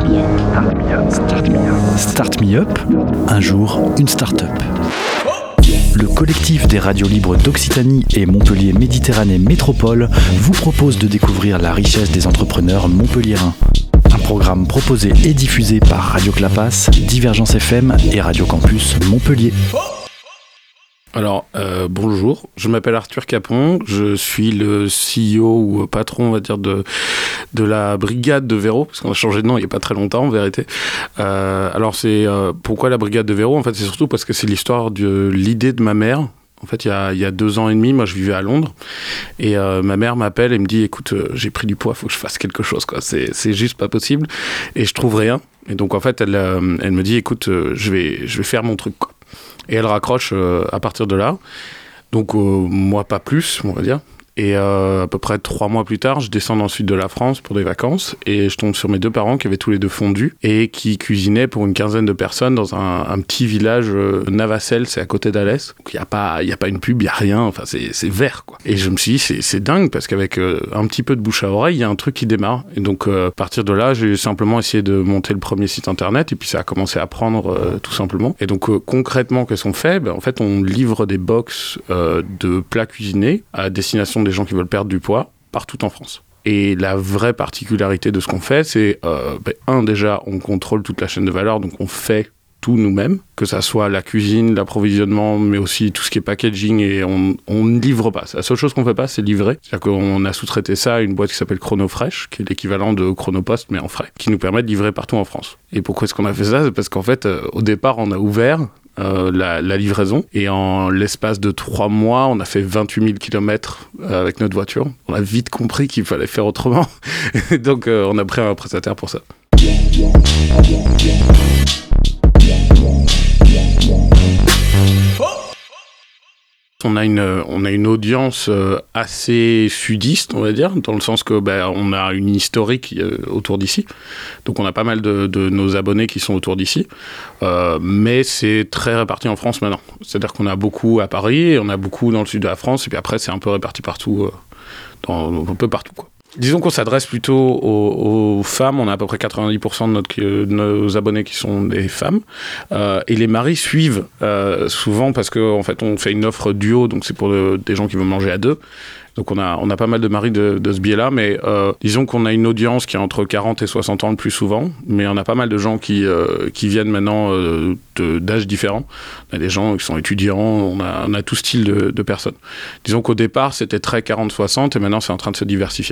Start Me Up, un jour, une start-up. Le collectif des radios libres d'Occitanie et Montpellier Méditerranée Métropole vous propose de découvrir la richesse des entrepreneurs montpelliérains. Un programme proposé et diffusé par Radio Clapas, Divergence FM et Radio Campus Montpellier. Alors, bonjour, je m'appelle Arthur Capon, je suis le CEO ou patron, on va dire, de la brigade de Véro, parce qu'on a changé de nom il n'y a pas très longtemps, en vérité. Alors, pourquoi la brigade de Véro ? En fait, c'est surtout parce que c'est l'histoire de l'idée de ma mère. En fait, il y a 2 ans et demi, moi, je vivais à Londres, et ma mère m'appelle et me dit, écoute, j'ai pris du poids, il faut que je fasse quelque chose, quoi. C'est juste pas possible, et je trouve rien. Et donc, en fait, elle me dit, écoute, je vais faire mon truc, quoi. Et elle raccroche à partir de là. Donc, moi, pas plus, on va dire. Et à peu près 3 mois plus tard, je descends dans le sud de la France pour des vacances et je tombe sur mes 2 parents qui avaient tous les 2 fondu et qui cuisinaient pour une quinzaine de personnes dans un petit village, Navacelles, c'est à côté d'Alès. Donc, il n'y a pas une pub, il n'y a rien. Enfin, c'est vert, quoi. Et je me suis dit, c'est dingue parce qu'avec un petit peu de bouche à oreille, il y a un truc qui démarre. Et donc, à partir de là, j'ai simplement essayé de monter le premier site internet et puis ça a commencé à prendre tout simplement. Et donc, concrètement, qu'est-ce qu'on fait ? En fait, on livre des box de plats cuisinés à destination des gens qui veulent perdre du poids partout en France. Et la vraie particularité de ce qu'on fait, c'est déjà, on contrôle toute la chaîne de valeur, donc on fait tout nous-mêmes, que ça soit la cuisine, l'approvisionnement, mais aussi tout ce qui est packaging, et on ne livre pas. La seule chose qu'on ne fait pas, c'est livrer. C'est-à-dire qu'on a sous-traité ça à une boîte qui s'appelle Chronofresh, qui est l'équivalent de Chronopost, mais en frais, qui nous permet de livrer partout en France. Et pourquoi est-ce qu'on a fait ça ? C'est parce qu'en fait, au départ, on a ouvert la livraison, et en l'espace de 3 mois, on a fait 28 000 km avec notre voiture. On a vite compris qu'il fallait faire autrement. Donc, on a pris un prestataire pour ça. On a une audience assez sudiste, on va dire, dans le sens que on a une historique autour d'ici. Donc on a pas mal de nos abonnés qui sont autour d'ici. Mais c'est très réparti en France maintenant. C'est-à-dire qu'on a beaucoup à Paris, on a beaucoup dans le sud de la France, et puis après c'est un peu réparti partout, un peu partout, quoi. Disons qu'on s'adresse plutôt aux femmes. On a à peu près 90% de nos abonnés qui sont des femmes. Et les maris suivent souvent parce qu'en fait, on fait une offre duo, donc c'est pour des gens qui veulent manger à 2. Donc on a pas mal de maris de ce biais-là, mais disons qu'on a une audience qui est entre 40 et 60 ans le plus souvent, mais on a pas mal de gens qui viennent maintenant d'âges différents. On a des gens qui sont étudiants, on a tout style de personnes. Disons qu'au départ, c'était très 40-60 et maintenant c'est en train de se diversifier.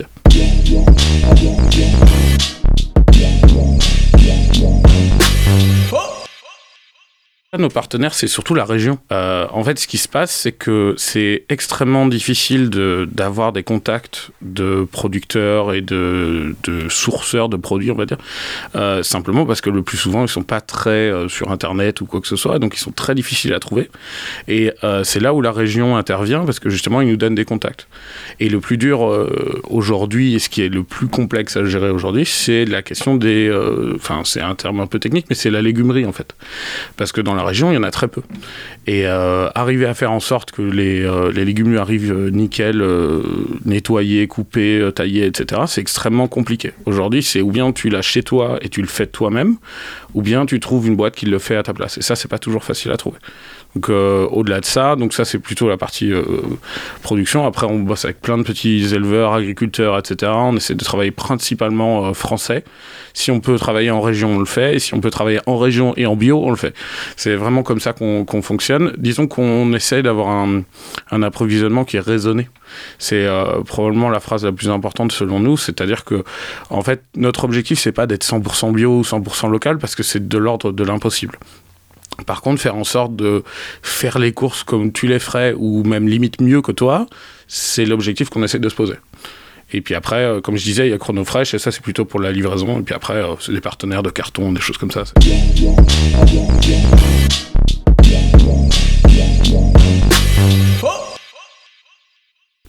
Nos partenaires, c'est surtout la région. En fait, ce qui se passe, c'est que c'est extrêmement difficile d'avoir des contacts de producteurs et de sourceurs de produits, on va dire, simplement parce que le plus souvent, ils sont pas très sur Internet ou quoi que ce soit, donc ils sont très difficiles à trouver. Et c'est là où la région intervient, parce que justement, ils nous donnent des contacts. Et le plus dur aujourd'hui, et ce qui est le plus complexe à gérer aujourd'hui, c'est la question des... c'est un terme un peu technique, mais c'est la légumerie, en fait. Parce que dans la région, il y en a très peu. Et arriver à faire en sorte que les légumes lui arrivent nickel, nettoyés, coupés, taillés, etc., c'est extrêmement compliqué. Aujourd'hui, c'est ou bien tu l'as chez toi et tu le fais toi-même, ou bien tu trouves une boîte qui le fait à ta place. Et ça, c'est pas toujours facile à trouver. Donc au-delà de ça, donc ça c'est plutôt la partie production. Après on bosse avec plein de petits éleveurs, agriculteurs, etc. On essaie de travailler principalement français. Si on peut travailler en région, on le fait. Et si on peut travailler en région et en bio, on le fait. C'est vraiment comme ça qu'on fonctionne. Disons qu'on essaie d'avoir un approvisionnement qui est raisonné. C'est probablement la phrase la plus importante selon nous. C'est-à-dire que en fait notre objectif c'est pas d'être 100% bio ou 100% local parce que c'est de l'ordre de l'impossible. Par contre, faire en sorte de faire les courses comme tu les ferais, ou même limite mieux que toi, c'est l'objectif qu'on essaie de se poser. Et puis après, comme je disais, il y a Chronofresh, et ça c'est plutôt pour la livraison, et puis après, c'est des partenaires de carton, des choses comme ça.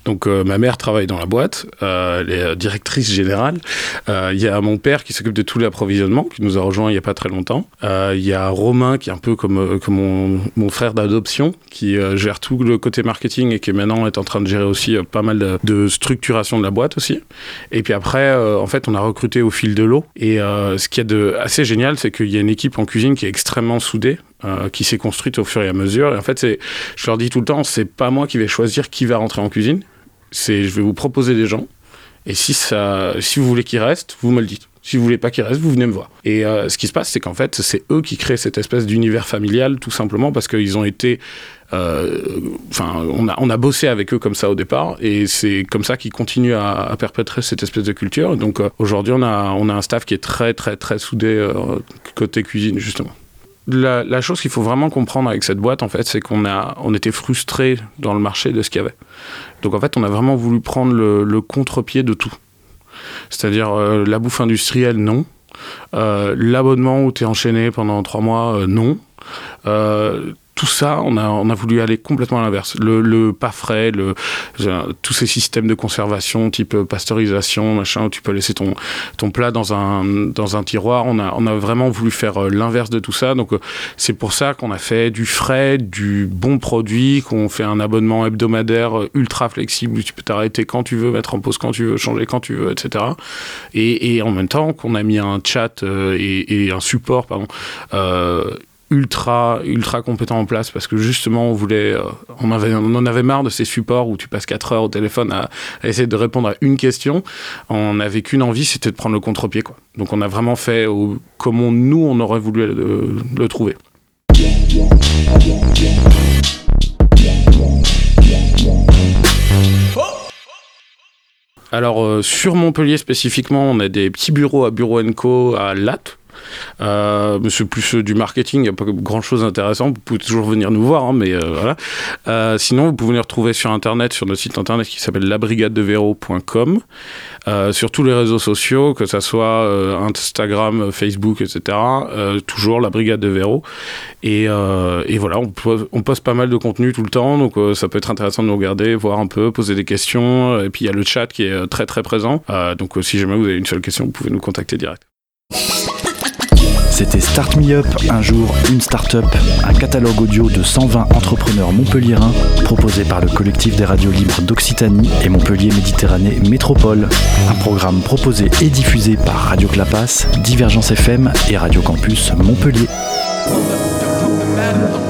Donc ma mère travaille dans la boîte, elle est directrice générale. Il y a mon père qui s'occupe de tout l'approvisionnement, qui nous a rejoint il n'y a pas très longtemps. Il y a Romain qui est un peu comme mon frère d'adoption, qui gère tout le côté marketing et qui maintenant est en train de gérer aussi pas mal de structuration de la boîte aussi. Et puis après, en fait, on a recruté au fil de l'eau. Et ce qui est assez génial, c'est qu'il y a une équipe en cuisine qui est extrêmement soudée, qui s'est construite au fur et à mesure. Et en fait, je leur dis tout le temps, c'est pas moi qui vais choisir qui va rentrer en cuisine. Je vais vous proposer des gens. Et si vous voulez qu'ils restent, vous me le dites. Si vous voulez pas qu'ils restent, vous venez me voir. Et ce qui se passe, c'est qu'en fait, c'est eux qui créent cette espèce d'univers familial, tout simplement parce qu'ils ont été... on a bossé avec eux comme ça au départ, et c'est comme ça qu'ils continuent à perpétrer cette espèce de culture. Donc aujourd'hui, on a un staff qui est très, très, très soudé côté cuisine, justement. La chose qu'il faut vraiment comprendre avec cette boîte, en fait, c'est on était frustrés dans le marché de ce qu'il y avait. Donc en fait, on a vraiment voulu prendre le contre-pied de tout. C'est-à-dire la bouffe industrielle, non. L'abonnement où tu es enchaîné pendant 3 mois, non. Tout ça, on a voulu aller complètement à l'inverse. Le pas frais, tous ces systèmes de conservation type pasteurisation, machin, où tu peux laisser ton plat dans un tiroir. On a vraiment voulu faire l'inverse de tout ça. Donc c'est pour ça qu'on a fait du frais, du bon produit, qu'on fait un abonnement hebdomadaire ultra flexible où tu peux t'arrêter quand tu veux, mettre en pause quand tu veux, changer quand tu veux, etc. Et en même temps qu'on a mis un chat et un support, ultra compétent en place, parce que justement on en avait marre de ces supports où tu passes 4 heures au téléphone à essayer de répondre à une question. On n'avait qu'une envie, c'était de prendre le contre-pied, quoi. Donc on a vraiment fait comme on aurait voulu le trouver. Alors sur Montpellier spécifiquement, on a des petits bureaux à Bureau & Co à Latte. Mais c'est plus du marketing, il n'y a pas grand chose d'intéressant. Vous pouvez toujours venir nous voir, mais voilà. Sinon, vous pouvez nous retrouver sur internet, sur notre site internet qui s'appelle labrigadedevero.com, sur tous les réseaux sociaux, que ça soit Instagram, Facebook, etc. Toujours la Brigade de Véro. Et voilà, on poste pas mal de contenu tout le temps, donc ça peut être intéressant de nous regarder, voir un peu, poser des questions. Et puis il y a le chat qui est très très présent. Donc si jamais vous avez une seule question, vous pouvez nous contacter direct. C'était Start Me Up, un jour, une start-up, un catalogue audio de 120 entrepreneurs montpelliérains proposé par le collectif des radios libres d'Occitanie et Montpellier Méditerranée Métropole. Un programme proposé et diffusé par Radio Clapas, Divergence FM et Radio Campus Montpellier.